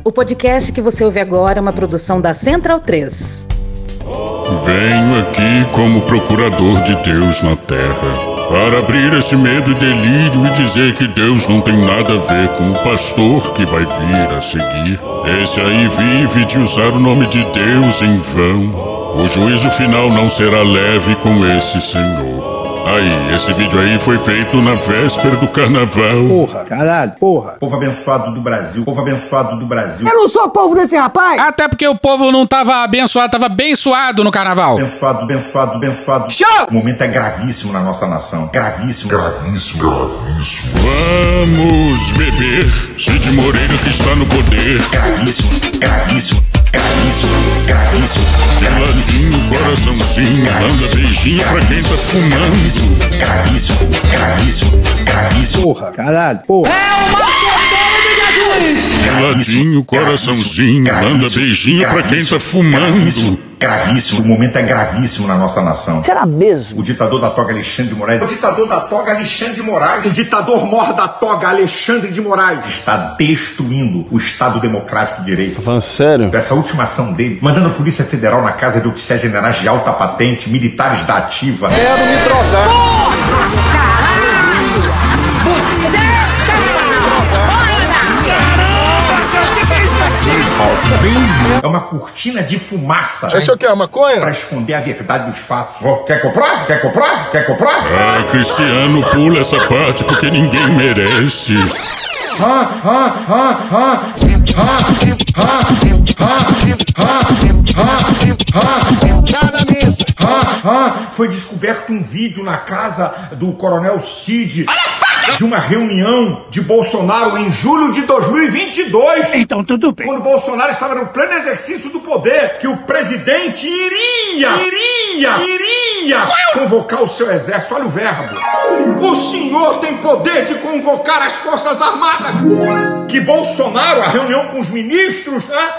O podcast que você ouve agora é uma produção da Central 3. Venho aqui como procurador de Deus na Terra, para abrir esse medo e delírio e dizer que Deus não tem nada a ver com o pastor que vai vir a seguir. Esse aí vive de usar o nome de Deus em vão. O juízo final não será leve com esse senhor. Aí, esse vídeo aí foi feito na véspera do carnaval. Porra, caralho, porra. Povo abençoado do Brasil, povo abençoado do Brasil. Eu não sou povo desse rapaz. Até porque o povo não tava abençoado, tava abençoado no carnaval. Abençoado, abençoado, abençoado. Show! O momento é gravíssimo na nossa nação. Gravíssimo. Gravíssimo, gravíssimo. Vamos beber, Cid Moreira que está no poder. Gravíssimo, gravíssimo. Gravíssimo, gravíssimo, Geladinho, coraçãozinho, manda beijinho pra quem tá fumando. Gravíssimo, gravíssimo, gravíssimo. Porra, caralho, porra. Geladinho, coraçãozinho, manda beijinho pra quem tá fumando. Gravíssimo, o momento é gravíssimo na nossa nação. Será mesmo? O ditador da toga Alexandre de Moraes. O ditador da toga Alexandre de Moraes. O ditador mor da toga Alexandre de Moraes Está destruindo o Estado Democrático de Direito. Tá falando sério? Essa última ação dele, mandando a Polícia Federal na casa de oficiais generais de alta patente, militares da ativa. Quero me drogar. É uma cortina de fumaça. Você achou que é maconha? Para esconder a verdade dos fatos. Quer que eu prove? Quer que eu prove? Quer que eu prove? Ai, Cristiano, pula essa parte porque ninguém merece. Foi descoberto um vídeo na casa do Coronel Cid de uma reunião de Bolsonaro em julho de 2022. Então tudo bem. Quando Bolsonaro estava no pleno exercício do poder, que o presidente iria convocar o seu exército. Olha o verbo. O senhor tem poder de convocar as Forças Armadas. Que Bolsonaro, a reunião com os ministros...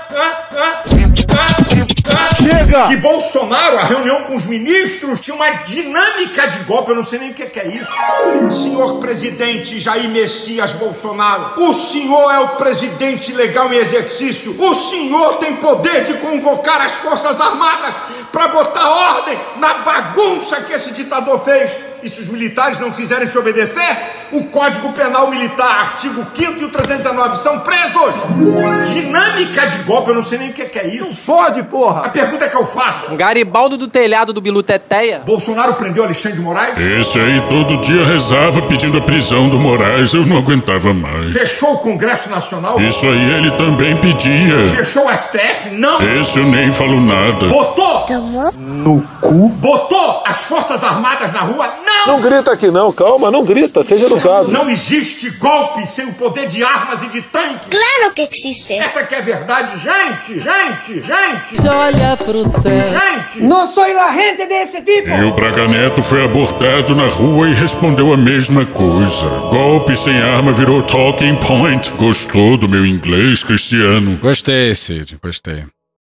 Chega! Que Bolsonaro, a reunião com os ministros, tinha uma dinâmica de golpe. Eu não sei nem o que é isso. Senhor presidente Jair Messias Bolsonaro, o senhor é o presidente legal em exercício. O senhor tem poder de convocar as Forças Armadas para botar ordem na bagunça que esse ditador fez. E se os militares não quiserem te obedecer, o Código Penal Militar, artigo 5º e o 319, são presos. Dinâmica de golpe, eu não sei nem o que é isso. Fode, porra. A pergunta que eu faço: Um Garibaldo do telhado do Bilu Teteia. Bolsonaro prendeu Alexandre de Moraes? Esse aí todo dia rezava pedindo a prisão do Moraes, eu não aguentava mais. Fechou o Congresso Nacional? Isso aí ele também pedia. Fechou o STF? Não. Esse eu nem falo nada. Botou No cu? Botou as Forças Armadas na rua? Não. Não grita aqui não, calma, não grita, seja educado. Não existe golpe sem o poder de armas e de tanques. Claro que existe. Essa que é a verdade, gente. Olha pro céu. Gente. Não sou la gente desse tipo. E o Braga Neto foi abordado na rua e respondeu a mesma coisa. Golpe sem arma virou talking point. Gostou do meu inglês, Cristiano? Gostei, Cid, gostei.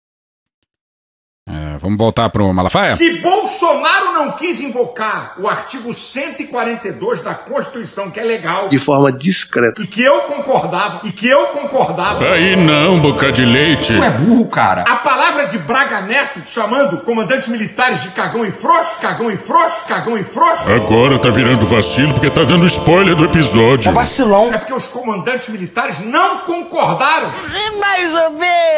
Vamos voltar pro Malafaia? Se Bolsonaro não quis invocar o artigo 142 da Constituição, que é legal, De forma discreta. e que eu concordava, Aí não, boca de leite. Tu é burro, cara. a palavra de Braga Neto chamando comandantes militares de cagão e frouxo, Agora tá virando vacilo porque tá dando spoiler do episódio. Vacilão. é porque os comandantes militares não concordaram Mais ou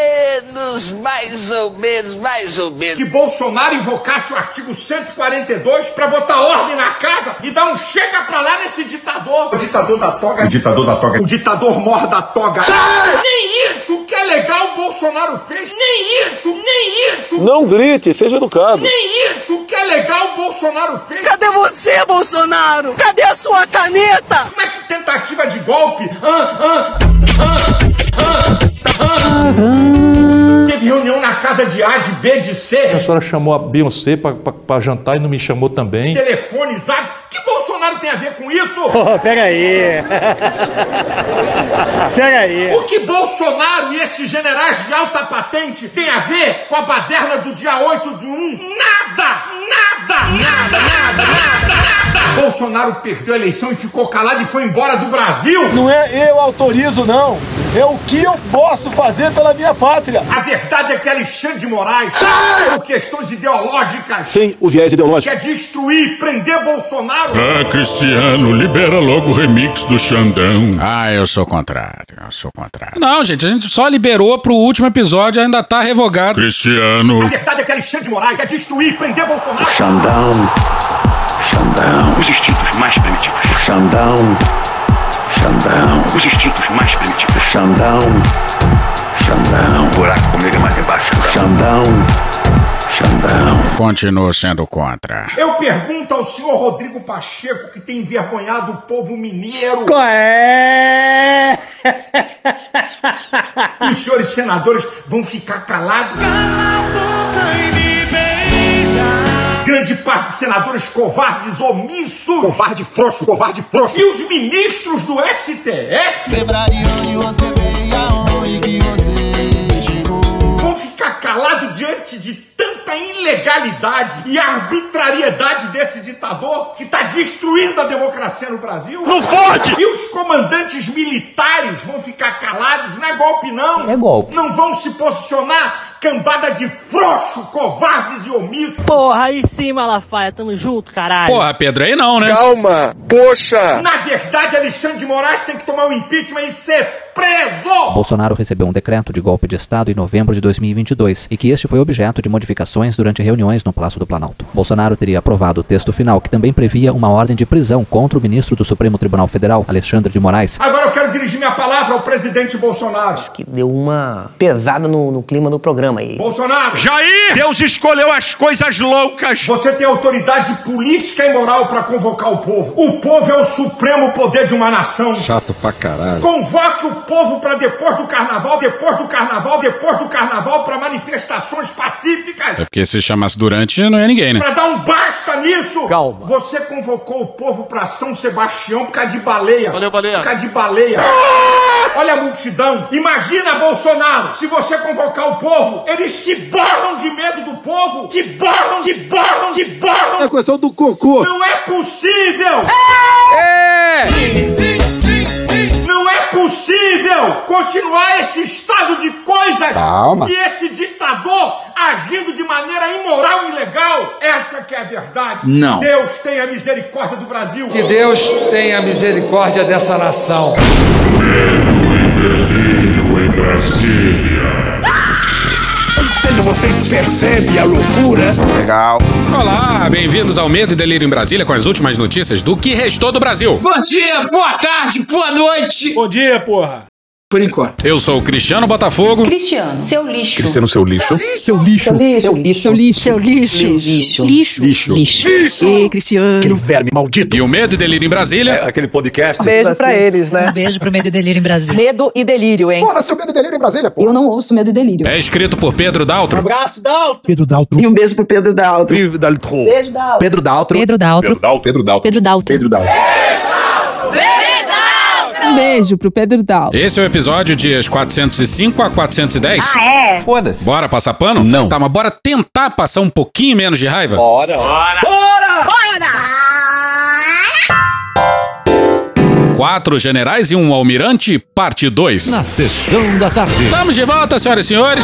menos. que Bolsonaro invocasse o artigo 142 pra botar ordem na casa e dar um chega pra lá nesse ditador. O ditador da toga. O ditador da toga. O ditador mor da toga. Nem isso que é legal o Bolsonaro fez. Nem isso. Não grite, seja educado. Nem isso que é legal o Bolsonaro fez. Cadê você, Bolsonaro? Cadê a sua caneta? Como é que tentativa de golpe? Teve reunião na casa de A, de B, de C. A senhora chamou a Beyoncé pra jantar e não me chamou também. Telefone, zap. Que Bolsonaro tem a ver com isso? Pega aí. O que Bolsonaro e esses generais de alta patente tem a ver com a baderna do dia 8 de 1? Nada! Bolsonaro perdeu a eleição e ficou calado e foi embora do Brasil. Não é eu autorizo, não. É o que eu posso fazer pela minha pátria. A verdade é que Alexandre de Moraes, por questões ideológicas, Sem o viés ideológico. quer destruir, prender Bolsonaro. Ah, Cristiano, libera logo o remix do Xandão. Ah, eu sou contrário, Não, gente, a gente só liberou pro último episódio, ainda tá revogado. Cristiano. A verdade é que Alexandre de Moraes quer destruir, prender Bolsonaro. Xandão. Os instintos mais primitivos. Xandão. Os instintos mais primitivos. Xandão. O buraco comigo é mais embaixo. Xandão. Continuo sendo contra. Eu pergunto ao senhor Rodrigo Pacheco, que tem envergonhado o povo mineiro. Qual é? Os senhores senadores vão ficar calados? Grande parte de senadores covardes, omissos. Covarde frouxo. E os ministros do STF vão ficar calados diante de tanta ilegalidade e arbitrariedade desse ditador que está destruindo a democracia no Brasil? Não fode! E os comandantes militares vão ficar calados? Não é golpe, não. É golpe. Não vão se posicionar? Cambada de frouxo, covardes e omissos. Porra, aí sim, Malafaia, tamo junto, caralho. Porra, Pedro, aí não, né? Calma, poxa! Na verdade, Alexandre de Moraes tem que tomar um impeachment e ser preso. Bolsonaro recebeu um decreto de golpe de Estado em novembro de 2022 e que este foi objeto de modificações durante reuniões no Palácio do Planalto. Bolsonaro teria aprovado o texto final que também previa uma ordem de prisão contra o ministro do Supremo Tribunal Federal, Alexandre de Moraes. Agora eu quero dirigir minha palavra ao presidente Bolsonaro. Acho que deu uma pesada no clima do programa aí. Bolsonaro, Jair, Deus escolheu as coisas loucas. você tem autoridade política e moral para convocar o povo. O povo é o supremo poder de uma nação. Chato pra caralho. Convoque o povo para depois do carnaval para manifestações pacíficas. É porque se chamasse durante, não ia ninguém, né? Para dar um basta nisso. Calma. Você convocou o povo para São Sebastião por causa de baleia. Valeu, baleia. Por causa de baleia. Olha a multidão. Imagina, Bolsonaro, se você convocar o povo, eles se borram de medo do povo. Se borram. É questão do cocô. Não é possível. Não é possível continuar esse estado de coisas. Calma. E esse ditador agindo de maneira imoral e ilegal. Essa que é a verdade. Não. Deus tenha misericórdia do Brasil. Que Deus tenha misericórdia dessa nação. Delírio em Brasília. Vocês percebem a loucura? Legal. Olá, bem-vindos ao Medo e Delírio em Brasília com as últimas notícias do que restou do Brasil. Bom dia, boa tarde, boa noite. Bom dia, porra. Por enquanto. Eu sou o Cristiano Botafogo. Cristiano, seu lixo. Cristiano, seu lixo. Lixo. Ei, Cristiano. Aquele verme maldito. E o Medo e Delírio em Brasília. Aquele podcast. Beijo pra eles, né? Um beijo pro Medo e Delírio em Brasília. Medo e delírio, hein? Porra, seu medo e delírio em Brasília, pô. Eu não ouço Medo e Delírio. É escrito por Pedro Daltro. Abraço, Dalton. Pedro Daltro. E um beijo pro Pedro Daltro. Beijo, Dalton. Beijo, Daltro. Pedro Daltro. Pedro Daltro. Pedro Dalton. Pedro Daltro. Um beijo pro Pedro Daltro. Esse é o episódio dias 405 a 410. Ah, é? Foda-se. Bora passar pano? Não. Tá, mas bora tentar passar um pouquinho menos de raiva? Bora. 4 generais e um almirante, parte 2. Na sessão da tarde. Estamos de volta, senhoras e senhores.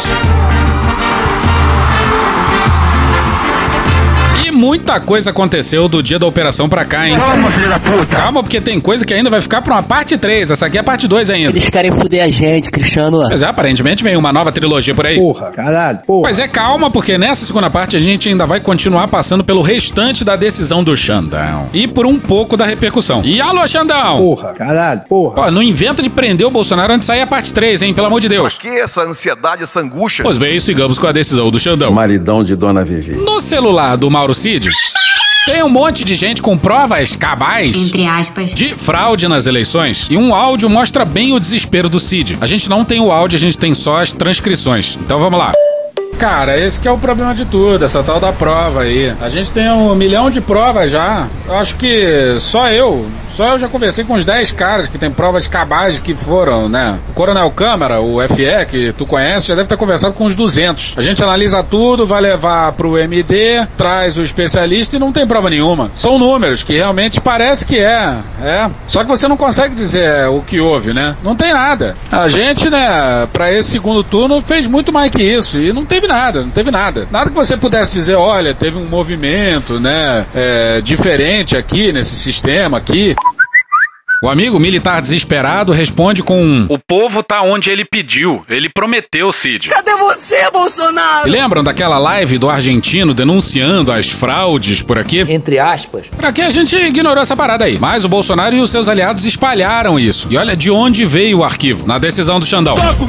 E muita coisa aconteceu do dia da operação pra cá, hein? Calma, filho da puta. Calma, porque tem coisa que ainda vai ficar pra uma parte 3. Essa aqui é a parte 2 ainda. Eles querem foder a gente, Cristiano. Mas aparentemente vem uma nova trilogia por aí. Porra, caralho. Porra. Mas é calma, porque nessa segunda parte a gente ainda vai continuar passando pelo restante da decisão do Xandão. E por um pouco da repercussão. E alô, Xandão! Porra, caralho. Porra. Pô, não inventa de prender o Bolsonaro antes de sair a parte 3, hein? Pelo amor de Deus. Que essa ansiedade, essa angústia? Pois bem, sigamos com a decisão do Xandão. Maridão de Dona Vivi. No celular do Mauro Cid, tem um monte de gente com provas cabais, Entre aspas. de fraude nas eleições. E um áudio mostra bem o desespero do Cid. A gente não tem o áudio, a gente tem só as transcrições. Então vamos lá. Cara, esse que é o problema de tudo, essa tal da prova aí. A gente tem 1 milhão de provas já. Eu acho que só Só eu já conversei com uns 10 caras que tem provas cabais que foram, né? O Coronel Câmara, o FE, que tu conhece, já deve ter conversado com uns 200. A gente analisa tudo, vai levar pro MD, traz o especialista e não tem prova nenhuma. São números que realmente parece que é. Só que você não consegue dizer o que houve, né? Não tem nada. A gente, né, pra esse segundo turno fez muito mais que isso e não teve nada. Nada que você pudesse dizer, olha, teve um movimento, né, diferente aqui nesse sistema aqui. O amigo militar desesperado responde com: o povo tá onde ele pediu, ele prometeu, Cid. Cadê você, Bolsonaro? E lembram daquela live do argentino denunciando as fraudes por aqui? Entre aspas. Pra que a gente ignorou essa parada aí? Mas o Bolsonaro e os seus aliados espalharam isso. E olha de onde veio o arquivo, na decisão do Xandão. Toca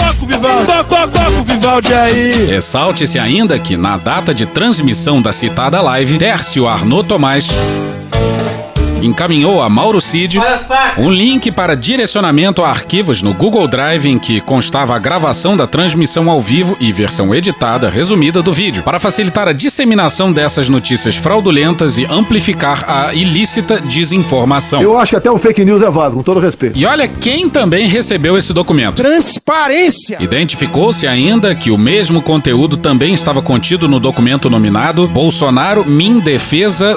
o Vivaldi aí! Ressalte-se ainda que, na data de transmissão da citada live, Tércio Arnaud Tomás encaminhou a Mauro Cid um link para direcionamento a arquivos no Google Drive em que constava a gravação da transmissão ao vivo e versão editada, resumida do vídeo, para facilitar a disseminação dessas notícias fraudulentas e amplificar a ilícita desinformação. Eu acho que até o fake news é válido, com todo respeito. E olha quem também recebeu esse documento. Transparência! Identificou-se ainda que o mesmo conteúdo também estava contido no documento nominado Bolsonaro Min Defesa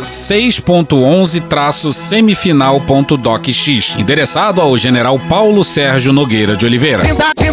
6.11-semifinal.docx, endereçado ao general Paulo Sérgio Nogueira de Oliveira.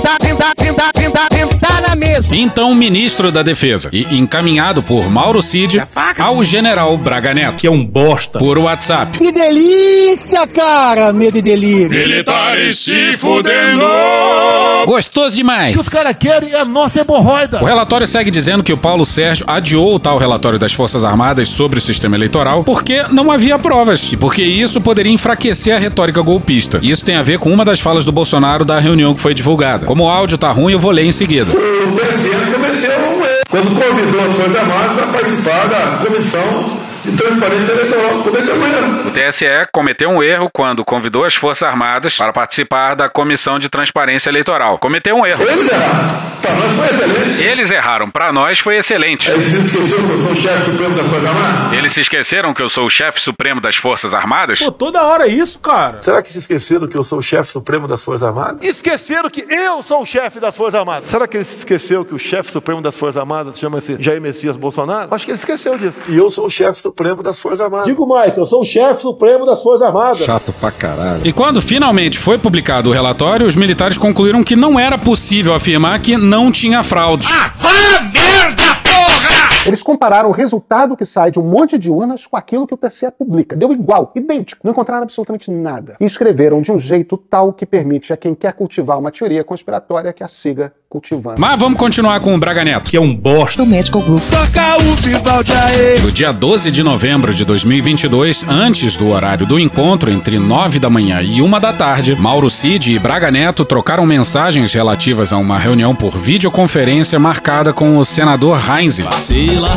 Então, ministro da Defesa, e encaminhado por Mauro Cid ao general Braga Neto, que é um bosta, por WhatsApp. Que delícia, cara! Medo e delírio. Militares se fudendo! Gostoso demais! O que os caras querem é a nossa hemorroida. O relatório segue dizendo que o Paulo Sérgio adiou o tal relatório das Forças Armadas sobre o sistema eleitoral porque não havia provas e porque isso poderia enfraquecer a retórica golpista. Isso tem a ver com uma das falas do Bolsonaro da reunião que foi divulgada. Como o áudio tá ruim, eu vou ler em seguida. O presidente cometeu um erro quando convidou as Forças Armadas a participar da comissão de transparência eleitoral. Cometeu um erro. O TSE cometeu um erro quando convidou as Forças Armadas para participar da comissão de transparência eleitoral. Cometeu um erro. Eles erraram. Para nós foi excelente. Eles erraram. Para nós foi excelente. Eles se esqueceram que eu sou o chefe supremo das Forças Armadas? Eles se esqueceram que eu sou o chefe supremo das Forças Armadas? Pô, toda hora é isso, cara. Será que se esqueceram que eu sou o chefe supremo das Forças Armadas? Esqueceram que eu sou o chefe das Forças Armadas. Será que ele se esqueceu que o chefe supremo das Forças Armadas chama-se Jair Messias Bolsonaro? Acho que ele esqueceu disso. E eu sou o chefe supremo das Forças Armadas. Digo mais, eu sou o chefe supremo das Forças Armadas. Chato pra caralho. E quando finalmente foi publicado o relatório, os militares concluíram que não era possível afirmar que não tinha fraude. Merda, porra! Eles compararam o resultado que sai de um monte de urnas com aquilo que o TSE publica. Deu igual, idêntico. Não encontraram absolutamente nada. E escreveram de um jeito tal que permite a quem quer cultivar uma teoria conspiratória que a siga cultivando. Mas vamos continuar com o Braga Neto, que é um bosta. Do Medical Group. Toca o Vivaldi aí! No dia 12 de novembro de 2022, antes do horário do encontro, entre 9 da manhã e 1 da tarde, Mauro Cid e Braga Neto trocaram mensagens relativas a uma reunião por videoconferência marcada com o senador Heinze. Vacila,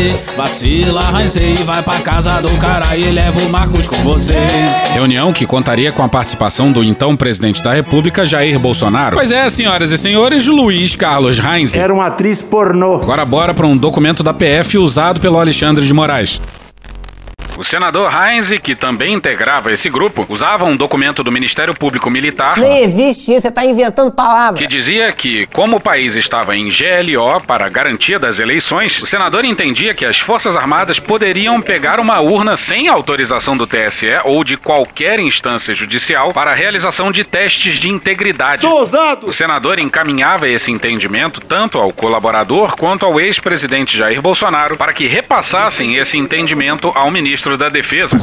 Heinze, vai pra casa do cara e leva o Marcos com você. Reunião que contaria com a participação do então presidente da República, Jair Bolsonaro. Pois é, senhoras e senhores, Luiz Carlos Heinze. Era uma atriz pornô. Agora bora para um documento da PF usado pelo Alexandre de Moraes. O senador Heinze, que também integrava esse grupo, usava um documento do Ministério Público Militar. Nem existe isso, você tá inventando palavras. Que dizia que, como o país estava em GLO para a garantia das eleições, o senador entendia que as Forças Armadas poderiam pegar uma urna sem autorização do TSE ou de qualquer instância judicial para a realização de testes de integridade. Sou ousado! O senador encaminhava esse entendimento tanto ao colaborador quanto ao ex-presidente Jair Bolsonaro para que repassassem esse entendimento ao ministro da Defesa.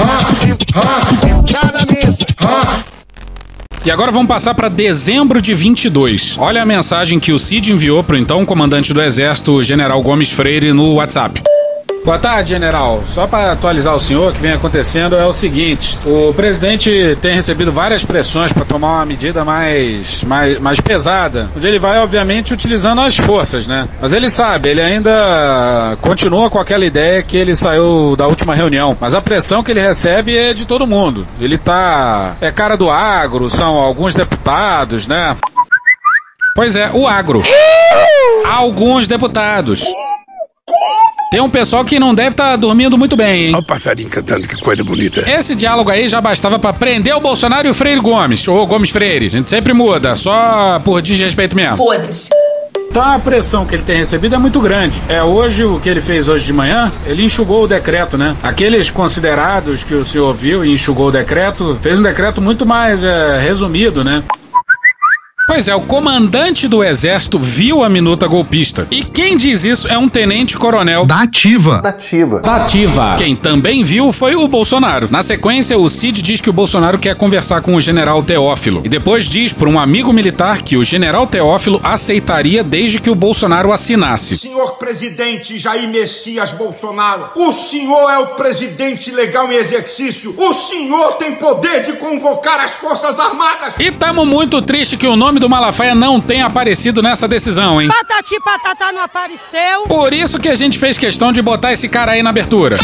E agora vamos passar para dezembro de 22. Olha a mensagem que o Cid enviou para o então comandante do Exército, General Gomes Freire, no WhatsApp. Boa tarde, general. Só para atualizar o senhor, o que vem acontecendo é o seguinte: o presidente tem recebido várias pressões para tomar uma medida mais pesada, onde ele vai, obviamente, utilizando as forças, né? Mas ele sabe, ele ainda continua com aquela ideia que ele saiu da última reunião. Mas a pressão que ele recebe é de todo mundo. Ele é cara do agro, são alguns deputados, né? Pois é, o agro. Alguns deputados. Tem um pessoal que não deve estar dormindo muito bem, hein? Olha o passarinho cantando, que coisa bonita. Esse diálogo aí já bastava pra prender o Bolsonaro e o Freire Gomes, ou Gomes Freire. A gente sempre muda, só por desrespeito mesmo. Foda-se. Então a pressão que ele tem recebido é muito grande. Hoje, o que ele fez hoje de manhã, ele enxugou o decreto, né? Aqueles considerados que o senhor viu e enxugou o decreto, fez um decreto muito mais resumido, né? Pois é, o comandante do exército viu a minuta golpista. E quem diz isso é um tenente-coronel da Ativa. Da Ativa. Quem também viu foi o Bolsonaro. Na sequência, o Cid diz que o Bolsonaro quer conversar com o general Teófilo. E depois diz por um amigo militar que o general Teófilo aceitaria desde que o Bolsonaro assinasse. Senhor presidente Jair Messias Bolsonaro, o senhor é o presidente legal em exercício. O senhor tem poder de convocar as Forças Armadas. E tamo muito triste que o nome do Malafaia não tenha aparecido nessa decisão, hein? Patati patatá não apareceu. Por isso que a gente fez questão de botar esse cara aí na abertura.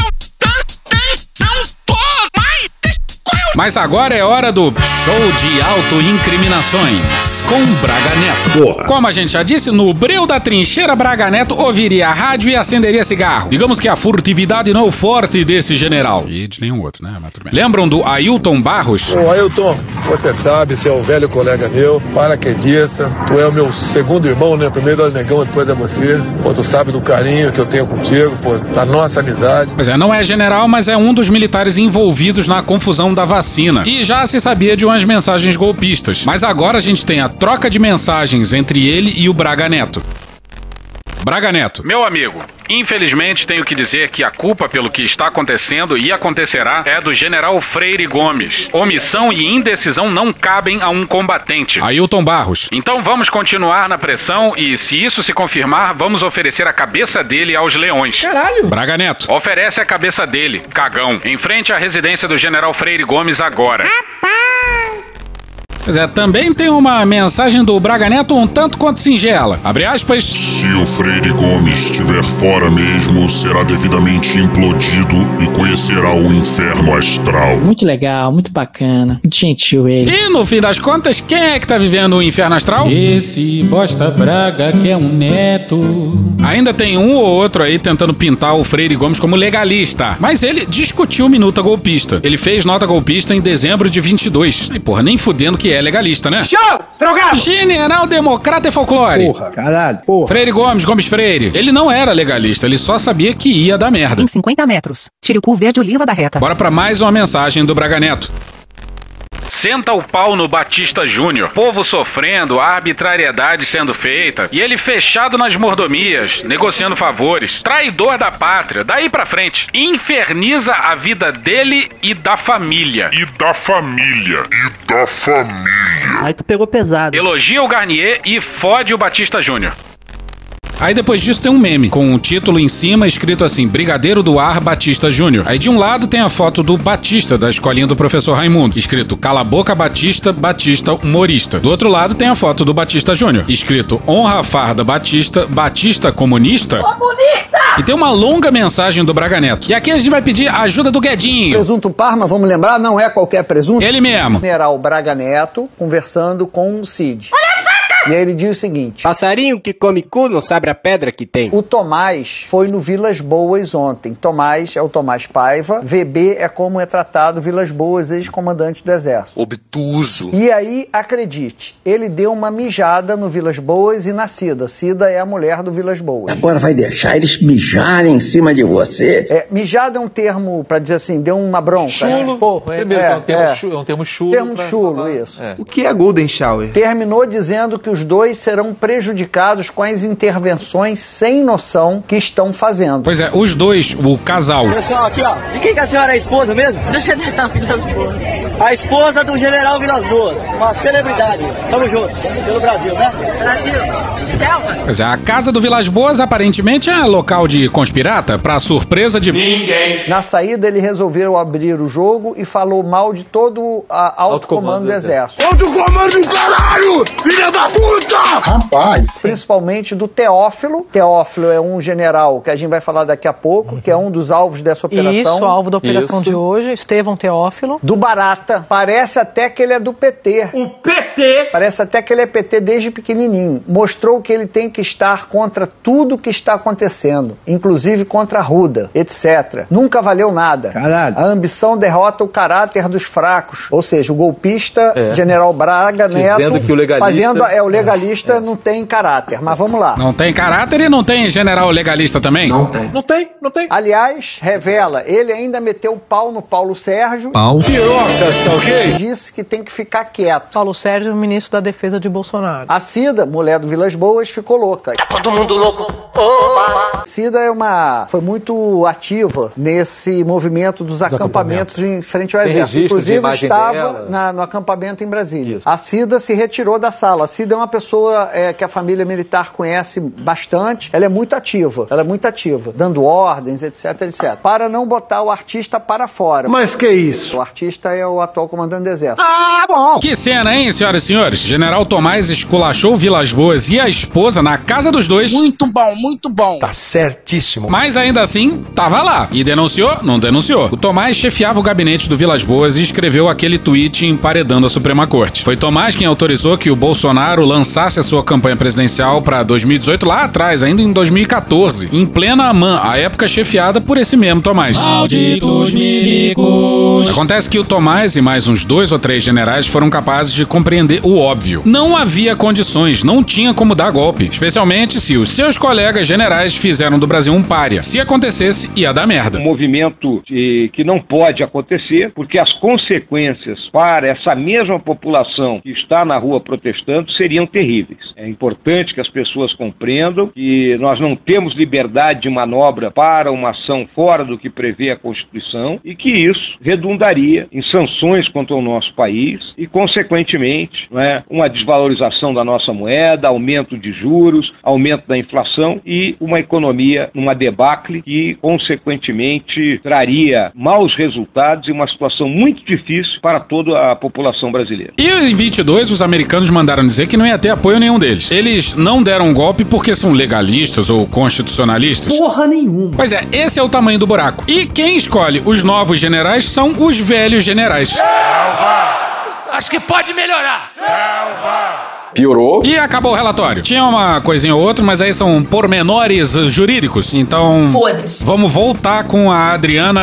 Mas agora é hora do show de autoincriminações com Braga Neto. Porra. Como a gente já disse, no breu da trincheira, Braga Neto ouviria a rádio e acenderia cigarro. Digamos que a furtividade não é o forte desse general. E de nenhum outro, né? Mas tudo bem. Lembram do Ailton Barros? Ô Ailton, você sabe, você é um velho colega meu, paraquedista, tu é o meu segundo irmão, né? Primeiro é o Negão, depois é você. Pô, tu sabe do carinho que eu tenho contigo, pô, da nossa amizade. Pois é, não é general, mas é um dos militares envolvidos na confusão da vacina. E já se sabia de umas mensagens golpistas. Mas agora a gente tem a troca de mensagens entre ele e o Braga Neto. Braga Neto, meu amigo, infelizmente tenho que dizer que a culpa pelo que está acontecendo e acontecerá é do general Freire Gomes. Omissão e indecisão não cabem a um combatente. Ailton Barros. Então vamos continuar na pressão e, se isso se confirmar, vamos oferecer a cabeça dele aos leões. Caralho! Braga Neto, oferece a cabeça dele, cagão, em frente à residência do general Freire Gomes agora. Pois é, também tem uma mensagem do Braga Neto um tanto quanto singela. Abre aspas. Se o Freire Gomes estiver fora mesmo, será devidamente implodido e conhecerá o inferno astral. Muito legal, muito bacana, muito gentil ele. E no fim das contas, quem é que tá vivendo o inferno astral? Esse bosta Braga que é um neto. Ainda tem um ou outro aí tentando pintar o Freire Gomes como legalista. Mas ele discutiu minuta golpista. Ele fez nota golpista em dezembro de 22. E porra, nem fudendo que é legalista, né? Show! Drogado! General democrata e folclore. Porra, caralho, porra. Freire Gomes, Gomes Freire. Ele não era legalista, ele só sabia que ia dar merda. Em 50 metros. Tire o cu verde oliva da reta. Bora pra mais uma mensagem do Braga Neto. Senta o pau no Batista Júnior. Povo sofrendo, a arbitrariedade sendo feita. E ele fechado nas mordomias, negociando favores. Traidor da pátria. Daí pra frente. Inferniza a vida dele e da família. Aí tu pegou pesado. Elogia o Garnier e fode o Batista Júnior. Aí depois disso tem um meme, com um título em cima escrito assim, Brigadeiro do Ar Batista Júnior. Aí de um lado tem a foto do Batista, da escolinha do professor Raimundo, escrito Cala a boca Batista, Batista humorista. Do outro lado tem a foto do Batista Júnior, escrito Honra a farda Batista, Batista comunista. Comunista! E tem uma longa mensagem do Braga Neto. E aqui a gente vai pedir a ajuda do Guedinho. Presunto Parma, vamos lembrar, não é qualquer presunto. Ele mesmo. General Braga Neto conversando com o Cid. E aí ele diz o seguinte: passarinho que come cu não sabe a pedra que tem. O Tomás foi no Vilas Boas ontem. Tomás é o Tomás Paiva. VB é como é tratado Vilas Boas, ex-comandante do Exército. Obtuso. E aí, acredite, ele deu uma mijada no Vilas Boas e na Cida. Cida é a mulher do Vilas Boas. Agora vai deixar eles mijarem em cima de você? Mijada é um termo pra dizer assim, deu uma bronca. Chulo. Né? Pô, primeiro, é um termo chulo. Termo chulo, isso. O que é Golden Shower? Terminou dizendo que os dois serão prejudicados com as intervenções sem noção que estão fazendo. Pois é, os dois, o casal. Pessoal, aqui ó, de quem que a senhora é a esposa mesmo? Do General Vilas Boas. A esposa do General Vilas Boas, uma celebridade. Tamo junto, pelo Brasil, né? Brasil, selva. Pois é, a casa do Vilas Boas aparentemente é local de conspirata, pra surpresa de ninguém. Na saída ele resolveu abrir o jogo e falou mal de todo o alto comando do Exército. Alto comando do caralho! Filha da puta! Rapaz! Principalmente do Teófilo. Teófilo é um general que a gente vai falar daqui a pouco, que é um dos alvos dessa operação. Isso, alvo da operação de hoje, Estevão Teófilo. Do Barata, idiota. Parece até que ele é do PT. O PT? Parece até que ele é PT desde pequenininho. Mostrou que ele tem que estar contra tudo que está acontecendo, inclusive contra a Arruda, etc. Nunca valeu nada. Caralho. A ambição derrota o caráter dos fracos. Ou seja, o golpista, General Braga Neto, dizendo que o legalista... fazendo o legalista não tem caráter. Mas vamos lá. Não tem caráter e não tem general legalista também? Não tem. Aliás, revela, ele ainda meteu o pau no Paulo Sérgio. Pirocas, tá ok? Disse que tem que ficar quieto. Paulo Sérgio, ministro da Defesa de Bolsonaro. A Cida, mulher do Vilas Boas, ficou louca. Tá todo mundo louco. Cida foi muito ativa nesse movimento dos acampamentos em frente ao Exército. Inclusive estava no acampamento em Brasília. Isso. A Cida se retirou da sala. A Cida é uma pessoa que a família militar conhece bastante. Ela é muito ativa, dando ordens, etc, etc. Para não botar o artista para fora. Mas que isso? O artista é o atual comandante do Exército. Ah, bom! Que cena, hein, senhoras e senhores? General Tomás esculachou Vilas Boas e a esposa na casa dos dois. Muito bom, muito bom. Tá certíssimo. Mas ainda assim, tava lá. E denunciou? Não denunciou. O Tomás chefiava o gabinete do Vilas Boas e escreveu aquele tweet emparedando a Suprema Corte. Foi Tomás quem autorizou que o Bolsonaro lançasse a sua campanha presidencial para 2018 lá atrás, ainda em 2014, em plena AMAN, a época chefiada por esse mesmo Tomás. Malditos milicos. Acontece que o Tomás e mais uns 2 ou 3 generais foram capazes de compreender o óbvio. Não havia condições, não tinha como dar golpe, especialmente se os seus colegas generais fizeram do Brasil um pária. Se acontecesse, ia dar merda. Um movimento que não pode acontecer, porque as consequências para essa mesma população que está na rua protestando seriam terríveis. É importante que as pessoas compreendam que nós não temos liberdade de manobra para uma ação fora do que prevê a Constituição e que isso redundaria em sanções contra o nosso país e, consequentemente, uma desvalorização da nossa moeda, aumento de juros, aumento da inflação e uma economia numa debacle que, consequentemente, traria maus resultados e uma situação muito difícil para toda a população brasileira. E em 22, os americanos mandaram dizer que não ia ter apoio nenhum deles. Eles não deram um golpe porque são legalistas ou constitucionalistas? Porra nenhuma. Pois é, esse é o tamanho do buraco. E quem escolhe os novos generais são os velhos generais. Salva! Acho que pode melhorar. Salva! Piorou. E acabou o relatório. Tinha uma coisinha ou outra, mas aí são pormenores jurídicos. Então, foda-se. Vamos voltar com a Adriana.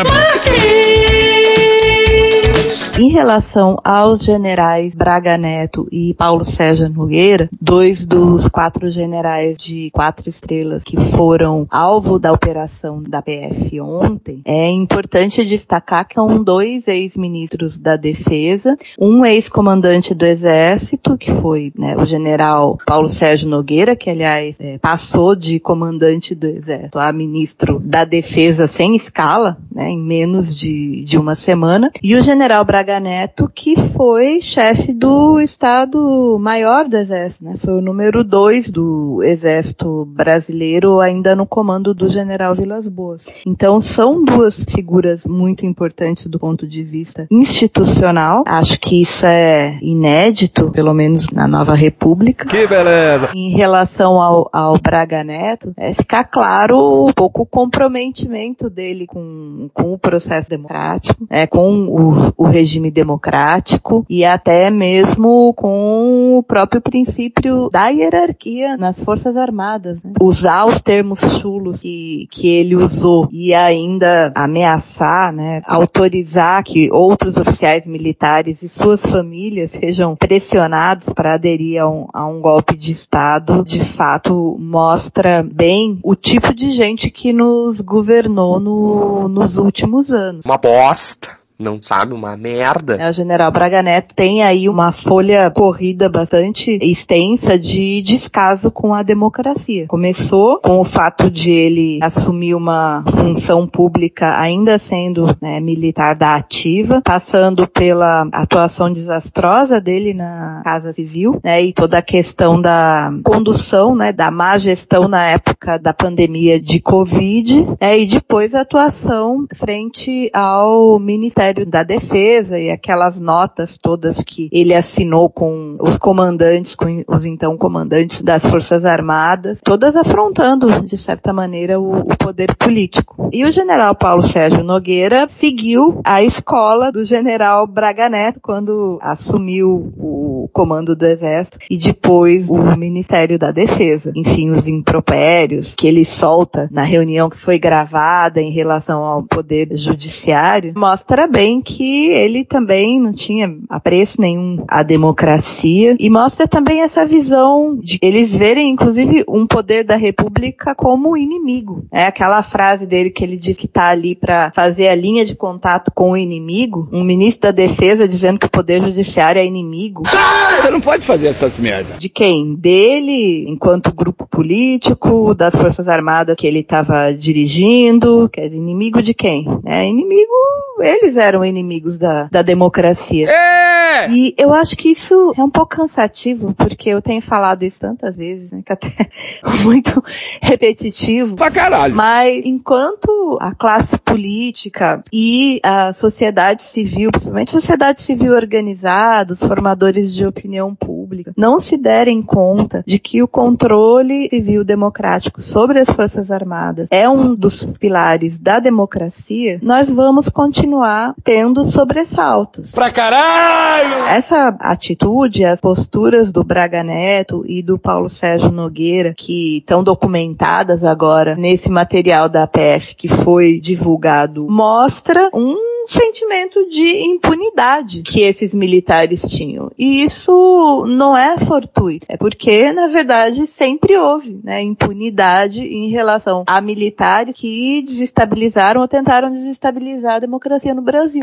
Em relação aos generais Braga Neto e Paulo Sérgio Nogueira, 2 dos 4 generais de 4 estrelas que foram alvo da operação da PF ontem, é importante destacar que são 2 ex-ministros da Defesa, um ex-comandante do Exército, que foi o general Paulo Sérgio Nogueira, que aliás passou de comandante do Exército a ministro da Defesa sem escala, em menos de uma semana, e o general Braga Neto, que foi chefe do Estado-Maior do Exército, foi o número 2 do Exército brasileiro, ainda no comando do general Vilas Boas. Então, são 2 figuras muito importantes do ponto de vista institucional. Acho que isso é inédito, pelo menos na Nova República. Que beleza! Em relação ao Braga Neto, ficar claro um pouco o comprometimento dele com o processo democrático, com o regime democrático e até mesmo com o próprio princípio da hierarquia nas Forças Armadas. Usar os termos chulos que ele usou e ainda ameaçar, autorizar que outros oficiais militares e suas famílias sejam pressionados para aderir a um golpe de Estado, de fato mostra bem o tipo de gente que nos governou nos últimos anos. Uma bosta. Não sabe, uma merda. O general Braga Neto tem aí uma folha corrida bastante extensa de descaso com a democracia. Começou com o fato de ele assumir uma função pública ainda sendo militar da ativa, passando pela atuação desastrosa dele na Casa Civil, e toda a questão da condução, da má gestão na época da pandemia de Covid, e depois a atuação frente ao Ministério Ministério da Defesa e aquelas notas todas que ele assinou com os comandantes, com os então comandantes das Forças Armadas, todas afrontando, de certa maneira, o poder político. E o general Paulo Sérgio Nogueira seguiu a escola do general Braga Neto quando assumiu o comando do Exército e depois o Ministério da Defesa. Enfim, os impropérios que ele solta na reunião que foi gravada em relação ao poder judiciário mostra bem que ele também não tinha apreço nenhum à democracia e mostra também essa visão de eles verem, inclusive, um poder da República como inimigo. É aquela frase dele que ele diz que está ali para fazer a linha de contato com o inimigo, um ministro da Defesa dizendo que o poder judiciário é inimigo. Você não pode fazer essas merdas. De quem? Dele, enquanto grupo político, das Forças Armadas que ele estava dirigindo, quer dizer, inimigo de quem? Inimigo, eles eram inimigos da democracia. E eu acho que isso é um pouco cansativo, porque eu tenho falado isso tantas vezes, né, que até é muito repetitivo. Pra caralho. Mas enquanto a classe política e a sociedade civil, principalmente a sociedade civil organizada, os formadores de opinião pública, não se derem conta de que o controle civil democrático sobre as Forças Armadas é um dos pilares da democracia, nós vamos continuar tendo sobressaltos. Pra caralho! Essa atitude, as posturas do Braga Neto e do Paulo Sérgio Nogueira, que estão documentadas agora nesse material da PF que foi divulgado, mostra um sentimento de impunidade que esses militares tinham. E isso não é fortuito. É porque, na verdade, sempre houve, impunidade em relação a militares que desestabilizaram ou tentaram desestabilizar a democracia no Brasil.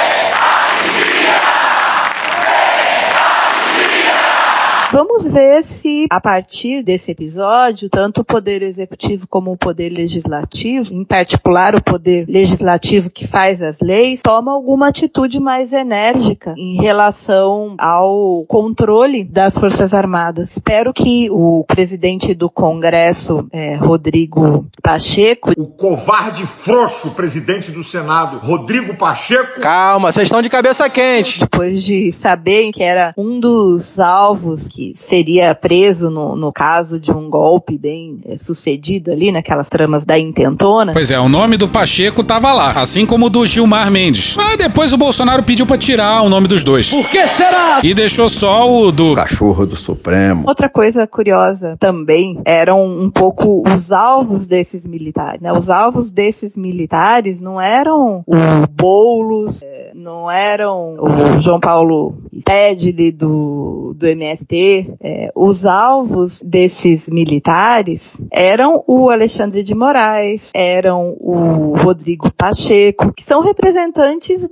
Vamos ver se, a partir desse episódio, tanto o Poder Executivo como o Poder Legislativo, em particular o Poder Legislativo que faz as leis, toma alguma atitude mais enérgica em relação ao controle das Forças Armadas. Espero que o presidente do Congresso, Rodrigo Pacheco... O covarde frouxo presidente do Senado, Rodrigo Pacheco... Calma, vocês estão de cabeça quente. Depois de saber que era um dos alvos que seria preso no caso de um golpe bem sucedido ali, naquelas tramas da intentona. Pois é, o nome do Pacheco tava lá, assim como o do Gilmar Mendes. Mas depois o Bolsonaro pediu pra tirar o nome dos dois. Por que será? E deixou só o do cachorro do Supremo. Outra coisa curiosa também eram um pouco os alvos desses militares, Os alvos desses militares não eram o Boulos, não eram o João Paulo Stedley do MST. Os alvos desses militares eram o Alexandre de Moraes, eram o Rodrigo Pacheco, que são representantes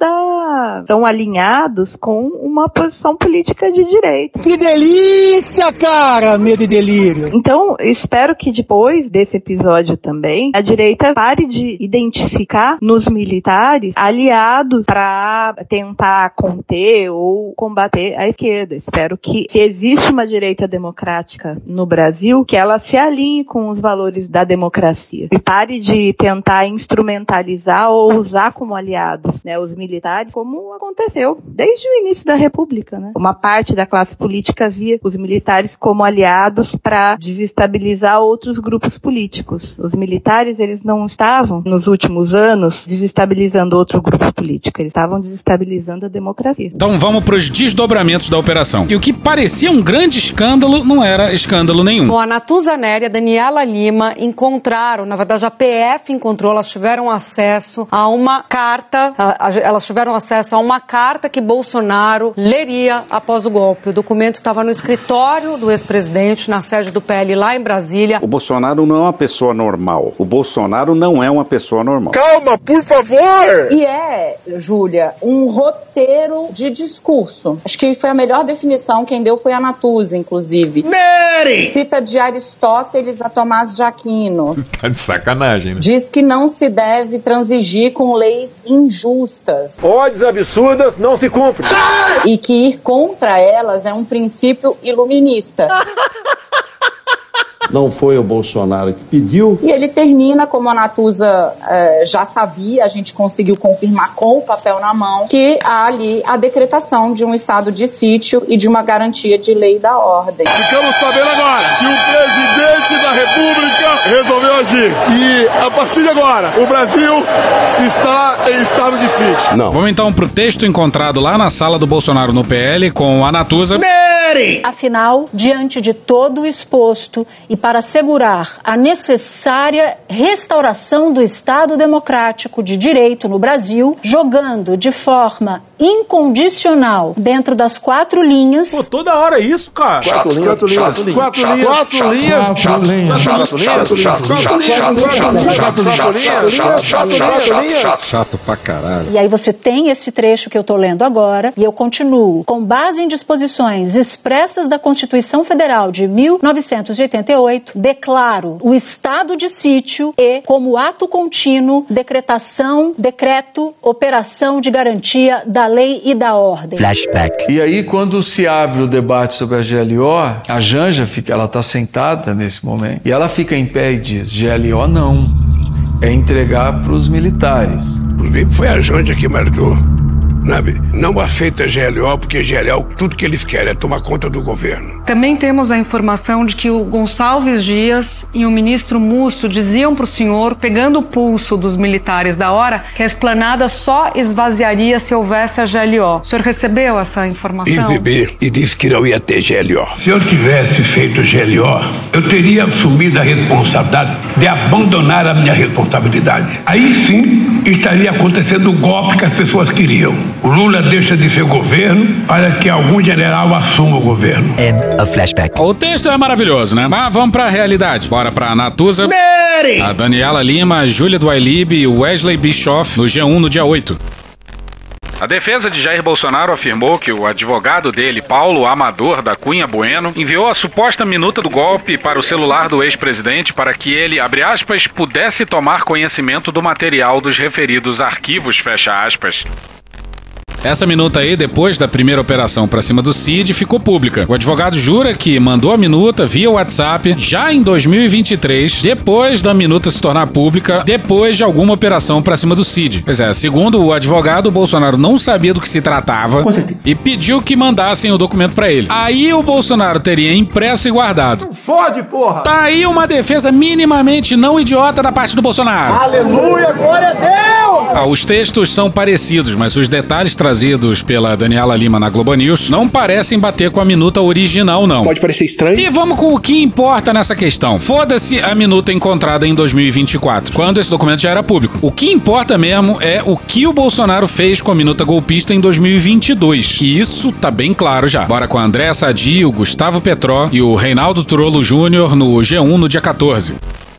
são alinhados com uma posição política de direita. Que delícia, cara! Medo e delírio. Então, espero que depois desse episódio também, a direita pare de identificar nos militares aliados para tentar conter ou combater a esquerda. Espero que, se existe uma direita democrática no Brasil, que ela se alinhe com os valores da democracia e pare de tentar instrumentalizar ou usar como aliados, os militares, como aconteceu desde o início da República, Uma parte da classe política via os militares como aliados para desestabilizar outros grupos políticos. Os militares, eles não estavam, nos últimos anos, desestabilizando outro grupo político, eles estavam desestabilizando a democracia. Então vamos para os desdobramentos da operação. E o que parecia um grande escândalo não era escândalo nenhum. Bom, a Natuza Neri e a Daniela Lima encontraram, na verdade a PF encontrou, elas tiveram acesso a uma carta, que Bolsonaro leria após o golpe. O documento estava no escritório do ex-presidente, na sede do PL lá em Brasília. O Bolsonaro não é uma pessoa normal. O Bolsonaro não é uma pessoa normal. Calma, por favor! E Júlia, um roteiro de discurso. Acho que foi a melhor definição, quem deu foi a Natuza, inclusive. Neri! Cita de Aristóteles a Tomás de Aquino. Tá de sacanagem, né? Diz que não se deve transigir com leis injustas. Ordens absurdas não se cumprem. E que ir contra elas é um princípio iluminista. Não foi o Bolsonaro que pediu. E ele termina, como a Natuza já sabia, a gente conseguiu confirmar com o papel na mão, que há ali a decretação de um estado de sítio e de uma garantia de lei e da ordem. Ficamos sabendo agora que o presidente da República resolveu agir. E a partir de agora, o Brasil está em estado de sítio. Não. Vamos então pro texto encontrado lá na sala do Bolsonaro no PL com a Natuza. Afinal, diante de todo o exposto e para assegurar a necessária restauração do Estado democrático de direito no Brasil, jogando de forma incondicional dentro das 4 linhas... Pô, toda hora é isso, cara. 4 linhas. Chato pra caralho. E aí você tem esse trecho que eu tô lendo agora, e eu continuo. Com base em disposições expressas da Constituição Federal de 1988, declaro o estado de sítio e, como ato contínuo, decretação, decreto, operação de garantia da lei e da ordem. Flashback. E aí, quando se abre o debate sobre a GLO, a Janja ela tá sentada nesse momento, e ela fica em pé e diz, GLO não, é entregar para os militares. Foi a Janja que mandou. Não aceita GLO, porque GLO, tudo que eles querem é tomar conta do governo. Também temos a informação de que o Gonçalves Dias e o ministro Musso diziam para o senhor, pegando o pulso dos militares da hora, que a esplanada só esvaziaria se houvesse a GLO. O senhor recebeu essa informação? Recebi e disse que não ia ter GLO. Se eu tivesse feito GLO, eu teria assumido a responsabilidade de abandonar a minha responsabilidade. Aí sim estaria acontecendo o golpe que as pessoas queriam. O Lula deixa de ser governo para que algum general assuma o governo. A flashback. O texto é maravilhoso, né? Mas vamos pra realidade. Bora pra Natuza, a Daniela Lima, a Júlia do Ailib e o Wesley Bischoff no G1 no dia 8. A defesa de Jair Bolsonaro afirmou que o advogado dele, Paulo Amador da Cunha Bueno, enviou a suposta minuta do golpe para o celular do ex-presidente para que ele, abre aspas, pudesse tomar conhecimento do material dos referidos arquivos, fecha aspas. Essa minuta aí, depois da primeira operação pra cima do Cid, ficou pública. O advogado jura que mandou a minuta via WhatsApp já em 2023, depois da minuta se tornar pública, depois de alguma operação pra cima do Cid. Pois é, segundo o advogado, o Bolsonaro não sabia do que se tratava e pediu que mandassem o documento pra ele. Aí o Bolsonaro teria impresso e guardado. Não fode, porra! Tá aí uma defesa minimamente não idiota da parte do Bolsonaro. Aleluia, glória a Deus! Os textos são parecidos, mas os detalhes trazidos pela Daniela Lima na Globo News não parecem bater com a minuta original, não. Pode parecer estranho. E vamos com o que importa nessa questão. Foda-se a minuta encontrada em 2024, quando esse documento já era público. O que importa mesmo é o que o Bolsonaro fez com a minuta golpista em 2022. E isso tá bem claro já. Bora com a André Sadi, o Gustavo Petró e o Reinaldo Turolo Júnior no G1 no dia 14.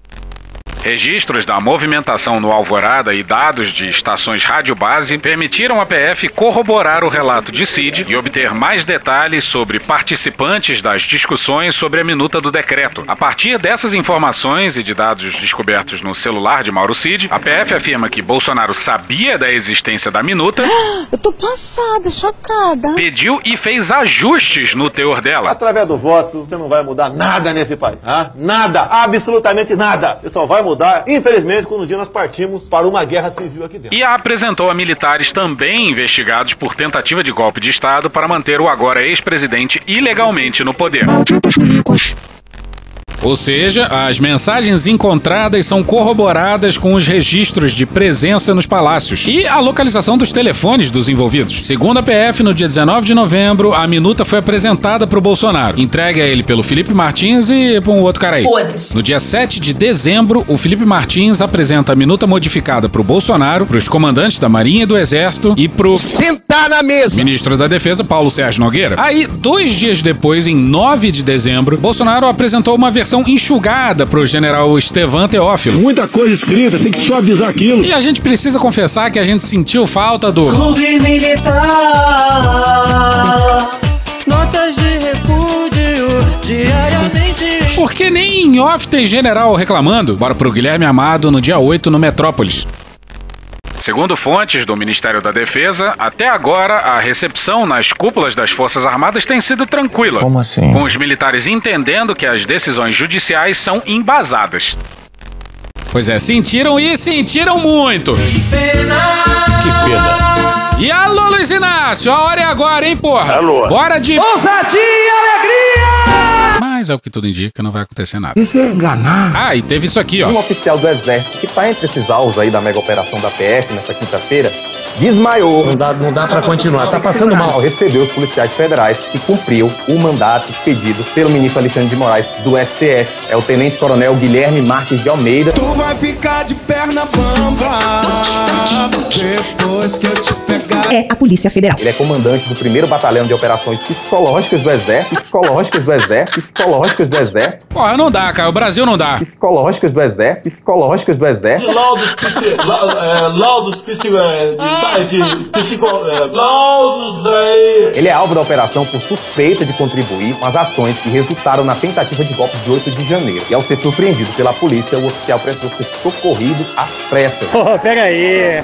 Registros da movimentação no Alvorada e dados de estações rádio base permitiram à PF corroborar o relato de Cid e obter mais detalhes sobre participantes das discussões sobre a minuta do decreto. A partir dessas informações e de dados descobertos no celular de Mauro Cid, a PF afirma que Bolsonaro sabia da existência da minuta. Eu tô passada, chocada. Pediu e fez ajustes no teor dela. Através do voto, você não vai mudar nada nesse país. Nada, absolutamente nada. Você só vai mudar, infelizmente, quando um dia nós partimos para uma guerra civil aqui dentro. E a apresentou a militares também investigados por tentativa de golpe de Estado para manter o agora ex-presidente ilegalmente no poder. Ou seja, as mensagens encontradas são corroboradas com os registros de presença nos palácios e a localização dos telefones dos envolvidos. Segundo a PF, no dia 19 de novembro, a minuta foi apresentada para o Bolsonaro, entregue a ele pelo Felipe Martins e para um outro cara aí. No dia 7 de dezembro, o Felipe Martins apresenta a minuta modificada para o Bolsonaro, para os comandantes da Marinha e do Exército e para o sentar na mesa ministro da Defesa, Paulo Sérgio Nogueira. Aí, 2 dias depois, em 9 de dezembro, Bolsonaro apresentou uma versão enxugada pro general Estevan Teófilo. Muita coisa escrita, tem que suavizar aquilo. E a gente precisa confessar que a gente sentiu falta do Clube Militar. Notas de repúdio diariamente. Porque nem em off tem general reclamando. Bora pro Guilherme Amado no dia 8 no Metrópolis. Segundo fontes do Ministério da Defesa, até agora a recepção nas cúpulas das Forças Armadas tem sido tranquila. Como assim? Com os militares entendendo que as decisões judiciais são embasadas. Pois é, sentiram e sentiram muito. Que pena. E alô, Luiz Inácio, a hora é agora, hein, porra? Alô. Bora de... Ousadia e alegria! Mas, ao que tudo indica, não vai acontecer nada. Isso é enganar. Ah, e teve isso aqui, ó. Um oficial do Exército que tá entre esses alvos aí da mega operação da PF nessa quinta-feira desmaiou. Não dá pra continuar, tá passando mal. Ao receber os policiais federais e cumpriu o mandato expedido pelo ministro Alexandre de Moraes do STF. É o tenente-coronel Guilherme Marques de Almeida. Tu vai ficar de perna bamba depois que eu te pegar. É a Polícia Federal. Ele é comandante do 1º Batalhão de Operações Psicológicas do Exército. Psicológicas do Exército. Psicológicas do Exército. Pô, não dá, cara. O Brasil não dá. Psicológicas do Exército. Psicológicas do Exército. Ele é alvo da operação por suspeita de contribuir com as ações que resultaram na tentativa de golpe de 8 de janeiro. E ao ser surpreendido pela polícia, o oficial precisou ser socorrido às pressas. Pega aí.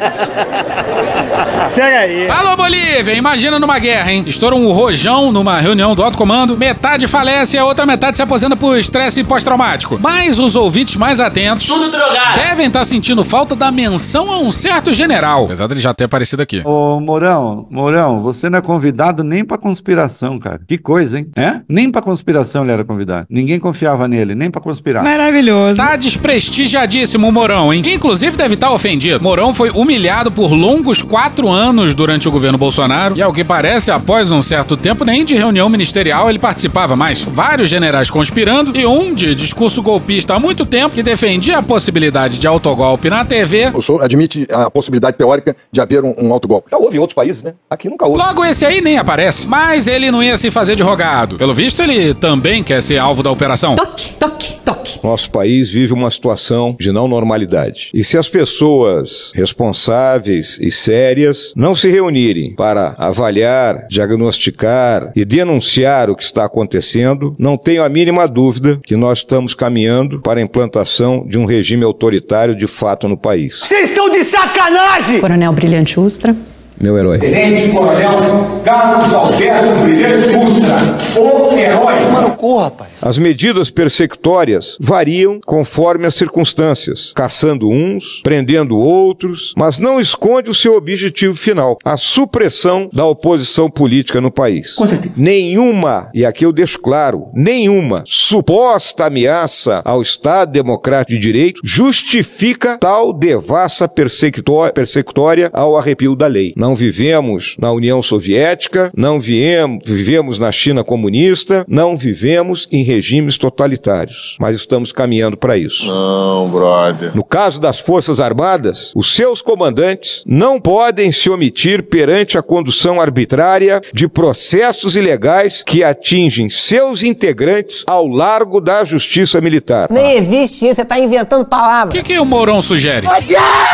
Pega aí. Alô, Bolívia, imagina numa guerra, hein? Estoura um rojão numa reunião do alto comando, metade falece e a outra metade se aposenta por estresse pós-traumático. Mas os ouvintes mais atentos Tudo drogado. devem estar sentindo falta da menção a um certo general, apesar dele já ter aparecido aqui. Ô, Mourão, você não é convidado nem pra conspiração, cara. Que coisa, hein? É? Nem pra conspiração ele era convidado. Ninguém confiava nele, nem pra conspirar. Maravilhoso. Tá desprestigiadíssimo o Mourão, hein? Inclusive deve estar ofendido. Mourão foi humilhado por longos 4 anos durante o governo Bolsonaro e, ao que parece, após um certo tempo, nem de reunião ministerial ele participava mais. Vários generais conspirando e um de discurso golpista há muito tempo que defendia a possibilidade de autogolpe na TV. O senhor admite a possibilidade teórica de haver um autogolpe? Já houve em outros países, né? Aqui nunca houve. Logo esse aí nem aparece. Mas ele não ia se fazer de rogado. Pelo visto, ele também quer ser alvo da operação. Toque, toque, toque. Nosso país vive uma situação de não normalidade. E se as pessoas responsáveis e sérias não se reunirem para avaliar, diagnosticar e denunciar o que está acontecendo, não tenho a mínima dúvida que nós estamos caminhando para a implantação de um regime autoritário de fato no país. Vocês estão de sacanagem! Coronel Brilhante Ustra. Meu herói. Tenente Coronel Carlos Alberto Brilhante Ustra, o herói. Mano, corra, rapaz. As medidas persecutórias variam conforme as circunstâncias, caçando uns, prendendo outros, mas não esconde o seu objetivo final, a supressão da oposição política no país. Com certeza. Nenhuma, e aqui eu deixo claro, nenhuma suposta ameaça ao Estado Democrático de Direito justifica tal devassa persecutória ao arrepio da lei. Não vivemos na União Soviética, não vivemos na China comunista, não vivemos em regimes totalitários, mas estamos caminhando para isso. Não, brother. No caso das Forças Armadas, os seus comandantes não podem se omitir perante a condução arbitrária de processos ilegais que atingem seus integrantes ao largo da justiça militar. Nem existe isso, você tá inventando palavras. O que o Mourão sugere? A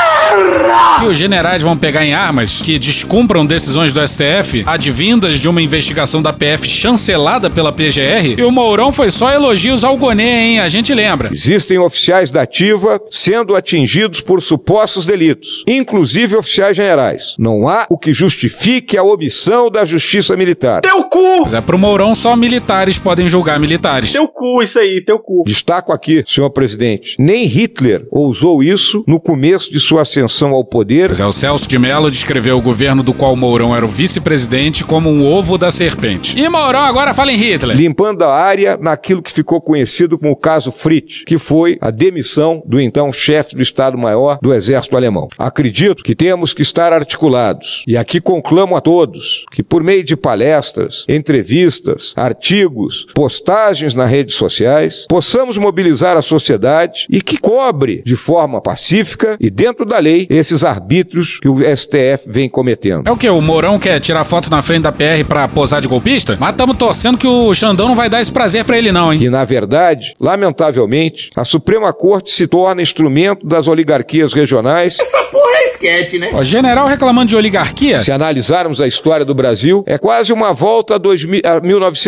guerra! Que os generais vão pegar em armas que descumpram decisões do STF, advindas de uma investigação da PF chancelada pela PGR, e o Mourão foi só elogios ao Gonê, hein? A gente lembra. Existem oficiais da ativa sendo atingidos por supostos delitos, inclusive oficiais generais. Não há o que justifique a omissão da justiça militar. Teu cu! Mas pro Mourão só militares podem julgar militares. Teu cu, isso aí, teu cu. Destaco aqui, senhor presidente, nem Hitler ousou isso no começo de sua ascensão ao poder. Pois é, o Celso de Mello descreveu o governo do qual Mourão era o vice-presidente como um ovo da serpente. E Mourão agora fala em Hitler. Limpando a área naquilo que ficou conhecido como o caso Fritz, que foi a demissão do então chefe do Estado-Maior do Exército Alemão. Acredito que temos que estar articulados. E aqui conclamo a todos que por meio de palestras, entrevistas, artigos, postagens nas redes sociais, possamos mobilizar a sociedade e que cobre de forma pacífica e dentro da lei esses arbítrios que o STF vem cometendo. É o que? O Mourão quer tirar foto na frente da PR pra posar de golpista? Mas estamos torcendo que o Xandão não vai dar esse prazer pra ele não, hein? E na verdade, lamentavelmente, a Suprema Corte se torna instrumento das oligarquias regionais. Essa porra é esquete, né? O general reclamando de oligarquia? Se analisarmos a história do Brasil, é quase uma volta a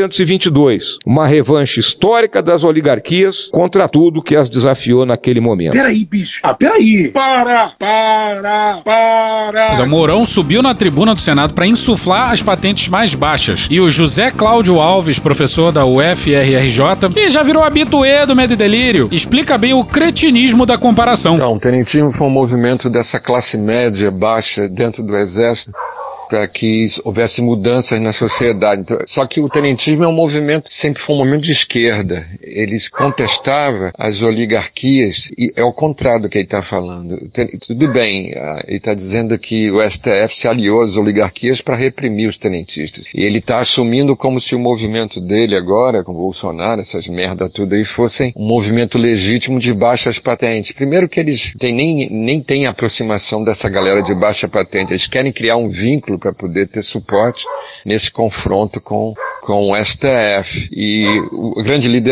1922. Uma revanche histórica das oligarquias contra tudo que as desafiou naquele momento. Peraí, bicho. Peraí. Para! Mas o Mourão subiu na tribuna do Senado para insuflar as patentes mais baixas. E o José Cláudio Alves, professor da UFRRJ, que já virou habituê do Medo e Delírio, explica bem o cretinismo da comparação. Não, o tenentismo foi um movimento dessa classe média baixa dentro do Exército para que houvesse mudanças na sociedade. Então, só que o tenentismo é um movimento, sempre foi um movimento de esquerda. Eles contestavam as oligarquias, e é o contrário do que ele está falando. Tudo bem, ele está dizendo que o STF se aliou às oligarquias para reprimir os tenentistas. E ele está assumindo como se o movimento dele agora, com o Bolsonaro, essas merda tudo aí, fossem um movimento legítimo de baixas patentes. Primeiro que eles nem têm aproximação dessa galera de baixa patente. Eles querem criar um vínculo para poder ter suporte nesse confronto com o STF. E a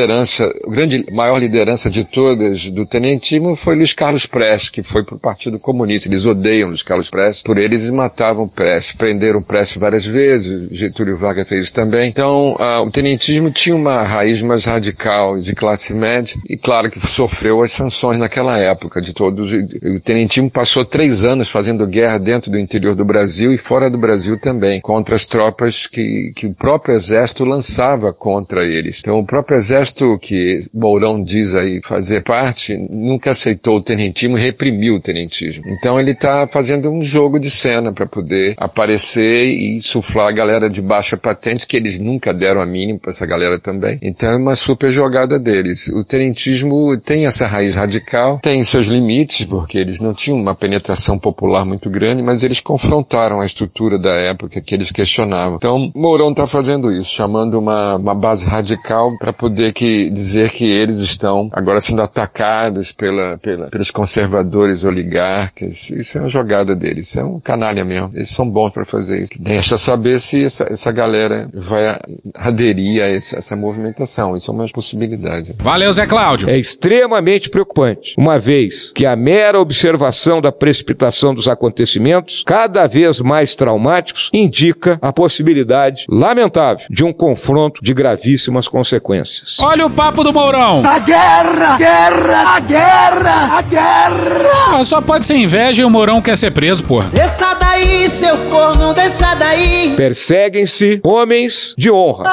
maior liderança de todas do tenentismo foi Luiz Carlos Prestes, que foi pro Partido Comunista. Eles odeiam Luiz Carlos Prestes, por eles matavam Prestes, prenderam Prestes várias vezes, Getúlio Vargas fez isso também. Então, o tenentismo tinha uma raiz mais radical de classe média, e claro que sofreu as sanções naquela época de todos. O tenentismo passou 3 anos fazendo guerra dentro do interior do Brasil e fora do Brasil também, contra as tropas que o próprio exército lançava contra eles. Então o próprio exército, que Mourão diz aí fazer parte, nunca aceitou o tenentismo e reprimiu o tenentismo. Então ele está fazendo um jogo de cena para poder aparecer e insuflar a galera de baixa patente, que eles nunca deram a mínima para essa galera também. Então é uma super jogada deles. O tenentismo tem essa raiz radical, tem seus limites, porque eles não tinham uma penetração popular muito grande, mas eles confrontaram a estrutura da época que eles questionavam. Então, Mourão está fazendo isso, chamando uma base radical para poder dizer que eles estão agora sendo atacados pelos conservadores oligarcas. Isso é uma jogada deles, isso é um canalha mesmo. Eles são bons para fazer isso. Deixa saber se essa galera vai aderir a essa movimentação. Isso é uma possibilidade. Valeu, Zé Cláudio. É extremamente preocupante, uma vez que a mera observação da precipitação dos acontecimentos, cada vez mais traumáticos, indica a possibilidade lamentável de um confronto de gravíssimas consequências. Olha o papo do Mourão. A guerra! Guerra! A guerra! A guerra! Só pode ser inveja e o Mourão quer ser preso, porra. Desça daí, seu corno, desça daí! Perseguem-se homens de honra.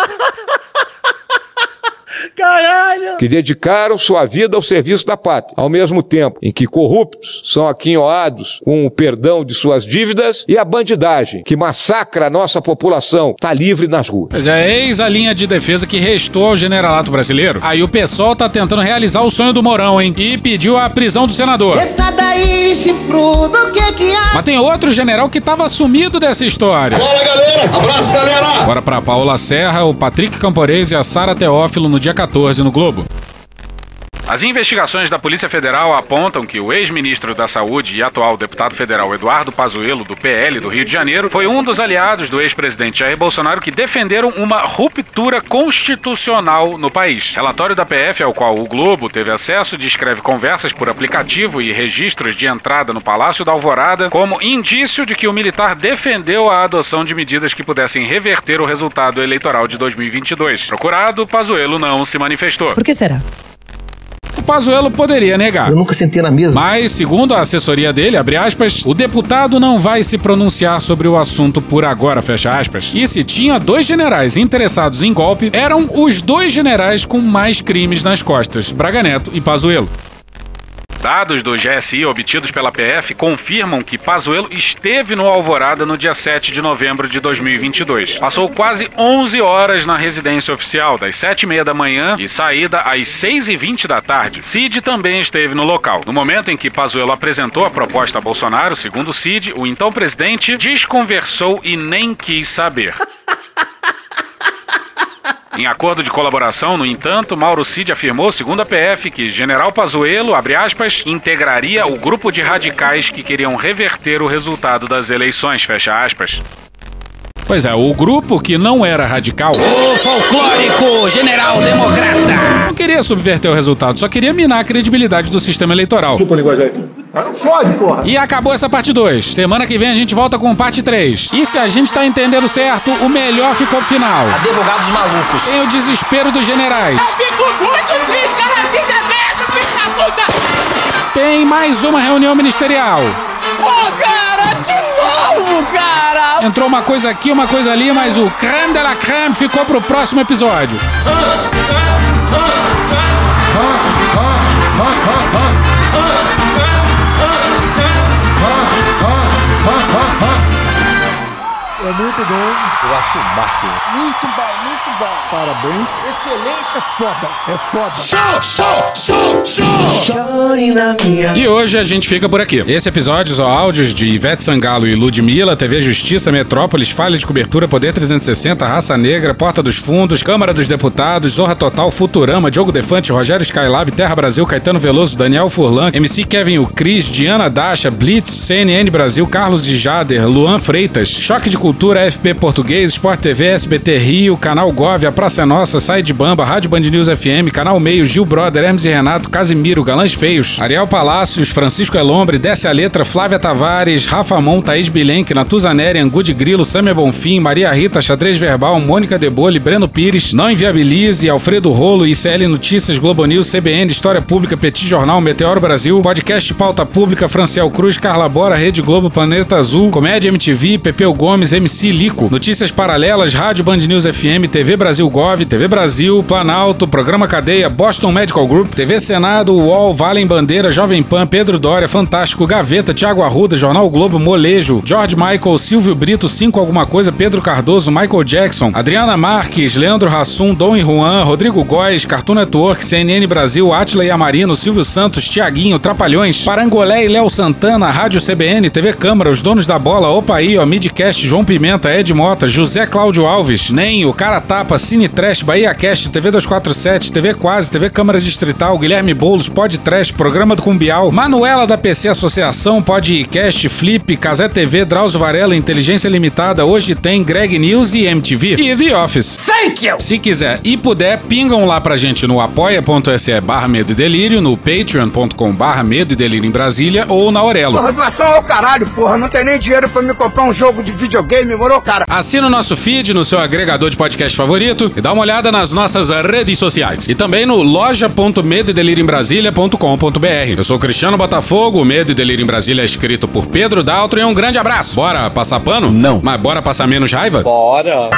Caralho! Que dedicaram sua vida ao serviço da pátria, ao mesmo tempo em que corruptos são aquinhoados com o perdão de suas dívidas, e a bandidagem que massacra a nossa população está livre nas ruas. Pois é, eis a linha de defesa que restou ao generalato brasileiro. Aí o pessoal tá tentando realizar o sonho do Mourão, hein? E pediu a prisão do senador. Desça daí, chifrudo, o que há? Mas tem outro general que tava sumido dessa história. Fala, galera! Abraço, galera! Bora pra Paola Serra, o Patrick Camporese e a Sara Teófilo no dia 14 no Globo. As investigações da Polícia Federal apontam que o ex-ministro da Saúde e atual deputado federal Eduardo Pazuello, do PL do Rio de Janeiro, foi um dos aliados do ex-presidente Jair Bolsonaro que defenderam uma ruptura constitucional no país. Relatório da PF, ao qual o Globo teve acesso, descreve conversas por aplicativo e registros de entrada no Palácio da Alvorada como indício de que o militar defendeu a adoção de medidas que pudessem reverter o resultado eleitoral de 2022. Procurado, Pazuello não se manifestou. Por que será? O Pazuello poderia negar. Eu nunca sentei na mesa. Mas, segundo a assessoria dele, abre aspas, o deputado não vai se pronunciar sobre o assunto por agora, fecha aspas. E se tinha 2 generais interessados em golpe, eram os 2 generais com mais crimes nas costas, Braga Neto e Pazuello. Dados do GSI obtidos pela PF confirmam que Pazuello esteve no Alvorada no dia 7 de novembro de 2022. Passou quase 11 horas na residência oficial, das 7h30 da manhã e saída às 6h20 da tarde. Cid também esteve no local. No momento em que Pazuello apresentou a proposta a Bolsonaro, segundo Cid, o então presidente desconversou e nem quis saber. Em acordo de colaboração, no entanto, Mauro Cid afirmou, segundo a PF, que General Pazuello, abre aspas, integraria o grupo de radicais que queriam reverter o resultado das eleições, fecha aspas. Pois é, o grupo que não era radical, o folclórico general democrata, não queria subverter o resultado, só queria minar a credibilidade do sistema eleitoral. Desculpa a linguagem aí. Ah, não fode, porra. E acabou essa parte 2. Semana que vem a gente volta com parte 3. E se a gente tá entendendo certo, o melhor ficou pro final. Advogados malucos. Tem o desespero dos generais. Eu fico muito triste, cara, vida aberta, filho da puta. Tem mais uma reunião ministerial. novo, cara! Entrou uma coisa aqui, uma coisa ali, mas o creme de la creme ficou pro próximo episódio. É muito bom. Eu acho o máximo. Muito bom, muito bom. Parabéns. Excelente, é foda. É foda. E hoje a gente fica por aqui. Esse episódio são áudios de Ivete Sangalo e Ludmilla, TV Justiça, Metrópolis, Falha de Cobertura, Poder 360, Raça Negra, Porta dos Fundos, Câmara dos Deputados, Zorra Total, Futurama, Diogo Defante, Rogério Skylab, Terra Brasil, Caetano Veloso, Daniel Furlan, MC Kevin o Cris, Diana Dacha, Blitz, CNN Brasil, Carlos de Jader, Luan Freitas, Choque de Cultura, FP Português, Sport TV, SBT Rio, Canal Gov, A Praça é Nossa, Sai de Bamba, Rádio Band News FM, Canal Meio, Gil Brother, Hermes e Renato, Casimiro, Galãs Feios, Ariel Palácios, Francisco Elombre, Desce a Letra, Flávia Tavares, Rafa Mon, Thaís Bilenque, Natuzaneri, Angu de Grilo, Sâmia Bonfim, Maria Rita, Xadrez Verbal, Mônica Debole, Breno Pires, Não Inviabilize, Alfredo Rolo, ICL Notícias, Globo News, CBN, História Pública, Petit Jornal, Meteoro Brasil, Podcast Pauta Pública, Franciel Cruz, Carla Bora, Rede Globo, Planeta Azul, Comédia MTV, Pepeu Gomes, MC Lico, Notícias Paralelas, Rádio Band News FM, TV Brasil Gov, TV Brasil, Planalto, Programa Cadeia, Boston Medical Group, TV Senado, UOL, Valem Bandeira, Jovem Pan, Pedro Dória, Fantástico, Gaveta, Thiago Arruda, Jornal Globo, Molejo, George Michael, Silvio Brito, 5 alguma coisa, Pedro Cardoso, Michael Jackson, Adriana Marques, Leandro Hassum, Dom e Juan, Rodrigo Góes, Cartoon Network, CNN Brasil, Átila e Amarino, Silvio Santos, Tiaguinho, Trapalhões, Parangolé e Léo Santana, Rádio CBN, TV Câmara, Os Donos da Bola, Opaí, Midcast, João Pimenta, Ed Mota, José Cláudio Alves, Nem, O Cara Tapa, Cine Trash, Bahia Cast, TV 247, TV Quase, TV Câmara Distrital, Guilherme Boulos, Pod Trash, Programa do Cumbial, Manuela da PC Associação, Podcast, Flip, Casé TV, Drauzio Varela, Inteligência Limitada, Hoje Tem, Greg News e MTV. E The Office. Thank you! Se quiser e puder, pingam lá pra gente no apoia.se/Medo e Delírio, no patreon.com/Medo e Delírio em Brasília ou na Aurelo. Porra, doação ao caralho, porra. Não tem nem dinheiro pra me comprar um jogo de videogame, moro, cara? Assina o nosso feed no seu agregador de podcast favorito e dá uma olhada nas nossas redes sociais. E também no loja.medoedelirioembrasilha.com.br. Eu sou o Cristiano Botafogo, o Medo e Delírio em Brasília é escrito por Pedro Daltro e um grande abraço. Bora passar pano? Não. Mas bora passar menos raiva? Bora.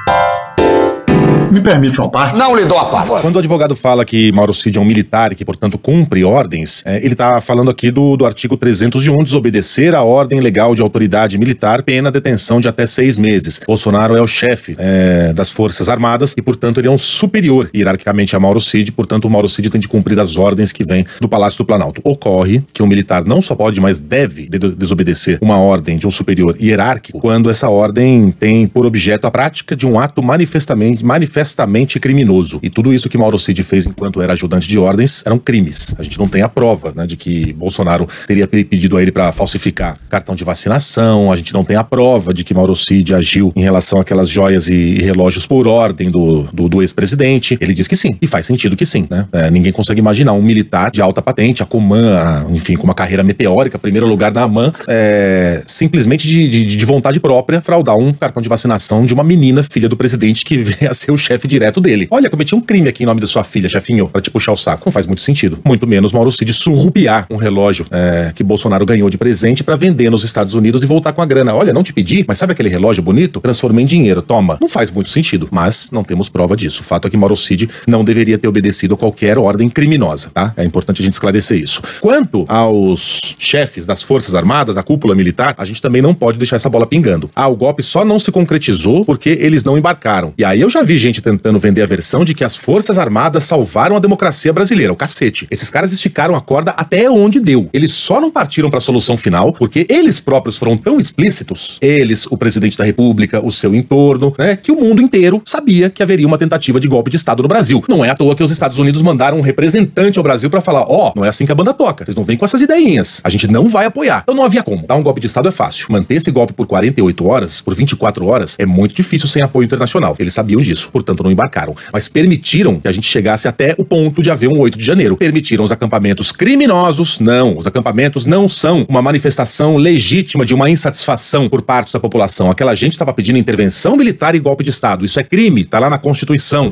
Me permite uma parte? Não lhe dou a parte. Quando o advogado fala que Mauro Cid é um militar e que, portanto, cumpre ordens, ele está falando aqui do artigo 301, desobedecer a ordem legal de autoridade militar, pena detenção de até 6 meses. Bolsonaro é o chefe das Forças Armadas e, portanto, ele é um superior hierarquicamente a Mauro Cid, portanto, o Mauro Cid tem de cumprir as ordens que vêm do Palácio do Planalto. Ocorre que um militar não só pode, mas deve desobedecer uma ordem de um superior hierárquico quando essa ordem tem por objeto a prática de um ato manifestamente criminoso. E tudo isso que Mauro Cid fez enquanto era ajudante de ordens eram crimes. A gente não tem a prova, né, de que Bolsonaro teria pedido a ele para falsificar cartão de vacinação, a gente não tem a prova de que Mauro Cid agiu em relação àquelas joias e relógios por ordem do ex-presidente. Ele diz que sim, e faz sentido que sim, né? Ninguém consegue imaginar um militar de alta patente, a Coman, enfim, com uma carreira meteórica, primeiro lugar na AMAN, simplesmente de vontade própria, fraudar um cartão de vacinação de uma menina, filha do presidente, que vem a ser o chefe direto dele. Olha, cometi um crime aqui em nome da sua filha, chefinho, pra te puxar o saco. Não faz muito sentido. Muito menos Mauro Cid surrupiar um relógio que Bolsonaro ganhou de presente pra vender nos Estados Unidos e voltar com a grana. Olha, não te pedi, mas sabe aquele relógio bonito? Transformei em dinheiro, toma. Não faz muito sentido, mas não temos prova disso. O fato é que Mauro Cid não deveria ter obedecido a qualquer ordem criminosa, tá? É importante a gente esclarecer isso. Quanto aos chefes das Forças Armadas, a cúpula militar, a gente também não pode deixar essa bola pingando. O golpe só não se concretizou porque eles não embarcaram. E aí eu já vi gente tentando vender a versão de que as Forças Armadas salvaram a democracia brasileira. O cacete. Esses caras esticaram a corda até onde deu. Eles só não partiram para a solução final porque eles próprios foram tão explícitos, eles, o presidente da República, o seu entorno, né, que o mundo inteiro sabia que haveria uma tentativa de golpe de Estado no Brasil. Não é à toa que os Estados Unidos mandaram um representante ao Brasil para falar, não é assim que a banda toca. Vocês não vêm com essas ideinhas. A gente não vai apoiar. Então não havia como. Dar um golpe de Estado é fácil. Manter esse golpe por 48 horas, por 24 horas, é muito difícil sem apoio internacional. Eles sabiam disso, portanto não embarcaram. Mas permitiram que a gente chegasse até o ponto de haver um 8 de janeiro. Permitiram os acampamentos criminosos. Não, os acampamentos não são uma manifestação legítima de uma insatisfação por parte da população. Aquela gente estava pedindo intervenção militar e golpe de Estado. Isso é crime, tá lá na Constituição.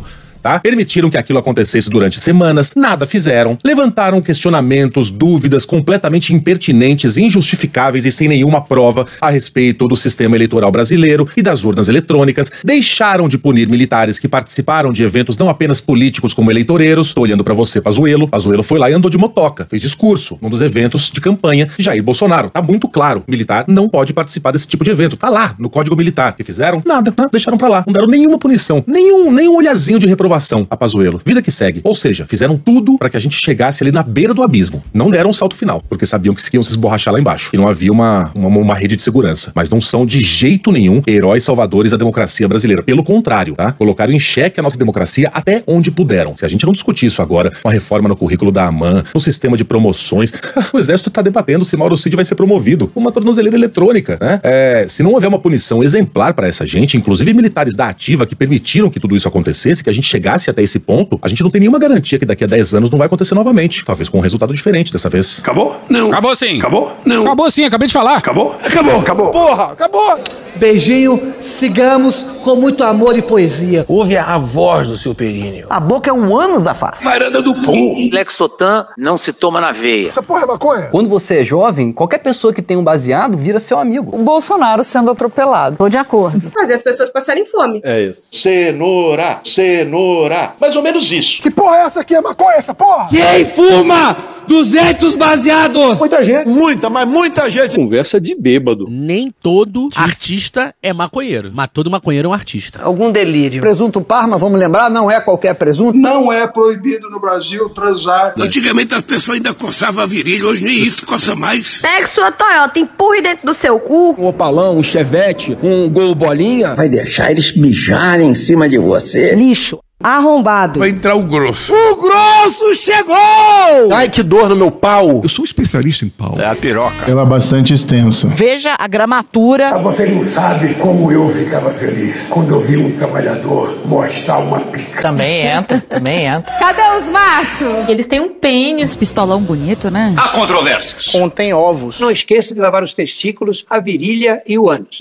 tá? Permitiram que aquilo acontecesse durante semanas, nada fizeram, levantaram questionamentos, dúvidas completamente impertinentes, injustificáveis e sem nenhuma prova a respeito do sistema eleitoral brasileiro e das urnas eletrônicas, deixaram de punir militares que participaram de eventos não apenas políticos como eleitoreiros. Tô olhando pra você, Pazuello. Pazuello foi lá e andou de motoca, fez discurso num dos eventos de campanha de Jair Bolsonaro. Tá muito claro, militar não pode participar desse tipo de evento. Tá lá no Código Militar. Que fizeram? Nada, deixaram pra lá. Não deram nenhuma punição, nenhum olharzinho de reprovação a Pazuello. Vida que segue. Ou seja, fizeram tudo pra que a gente chegasse ali na beira do abismo. Não deram um salto final, porque sabiam que iam se esborrachar lá embaixo. E não havia uma rede de segurança. Mas não são de jeito nenhum heróis salvadores da democracia brasileira. Pelo contrário, tá? Colocaram em xeque a nossa democracia até onde puderam. Se a gente não discutir isso agora, uma reforma no currículo da AMAN, no sistema de promoções, o Exército tá debatendo se Mauro Cid vai ser promovido. Uma tornozeleira eletrônica, né? Se não houver uma punição exemplar para essa gente, inclusive militares da ativa que permitiram que tudo isso acontecesse, que a gente chegasse até esse ponto, a gente não tem nenhuma garantia que daqui a 10 anos não vai acontecer novamente. Talvez com um resultado diferente dessa vez. Acabou? Não. Acabou sim. Acabou? Não. Acabou sim, acabei de falar. Acabou? Acabou. Acabou. Porra, acabou. Beijinho, sigamos com muito amor e poesia. Ouve a voz do seu períneo. A boca é o ânus da face. Varanda do pum. Lexotan não se toma na veia. Essa porra é maconha? Quando você é jovem, qualquer pessoa que tem um baseado vira seu amigo. O Bolsonaro sendo atropelado. Tô de acordo. Fazer as pessoas passarem fome. É isso. Cenoura, cenoura. Mais ou menos isso. Que porra é essa aqui? É maconha essa porra? Quem fuma 200 baseados? Muita gente. Mas muita gente. Conversa de bêbado. Nem todo artista é maconheiro, mas todo maconheiro é um artista. Algum delírio. Presunto Parma, vamos lembrar, não é qualquer presunto. Não é proibido no Brasil transar. Antigamente as pessoas ainda coçavam a virilha, hoje nem isso coça mais. Pegue sua Toyota, empurre dentro do seu cu. Um Opalão, um Chevette, um Gol Bolinha. Vai deixar eles mijarem em cima de você? Lixo. Arrombado. Vai entrar o grosso. O grosso chegou! Ai, que dor no meu pau. Eu sou especialista em pau. É a piroca. Ela é bastante extensa. Veja a gramatura. Você não sabe como eu ficava feliz quando eu vi um trabalhador mostrar uma pica. Também entra. Cadê os machos? Eles têm um pênis. Pistolão bonito, né? Há controvérsias. Contém ovos. Não esqueça de lavar os testículos, a virilha e o ânus.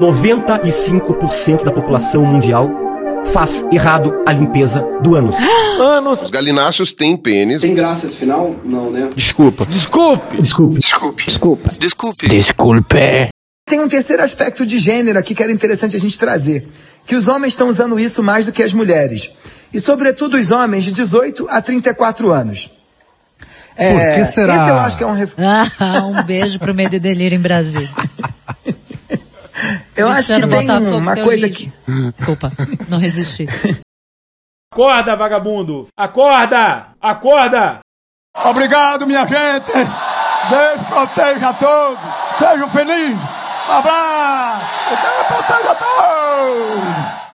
95% da população mundial faz errado a limpeza do ânus. Os galináceos têm pênis. Tem graça esse final? Não, né? Desculpa. Tem um terceiro aspecto de gênero aqui que era interessante a gente trazer. Que os homens estão usando isso mais do que as mulheres. E sobretudo os homens de 18 a 34 anos. Por que será? Esse eu acho que é um Um beijo pro Medo e Delírio em Brasília. Eu acho que tem uma coisa que... Desculpa, não resisti. Acorda, vagabundo! Acorda! Acorda! Obrigado, minha gente. Deus proteja a todos. Sejam felizes. Abraço. Deus proteja a todos.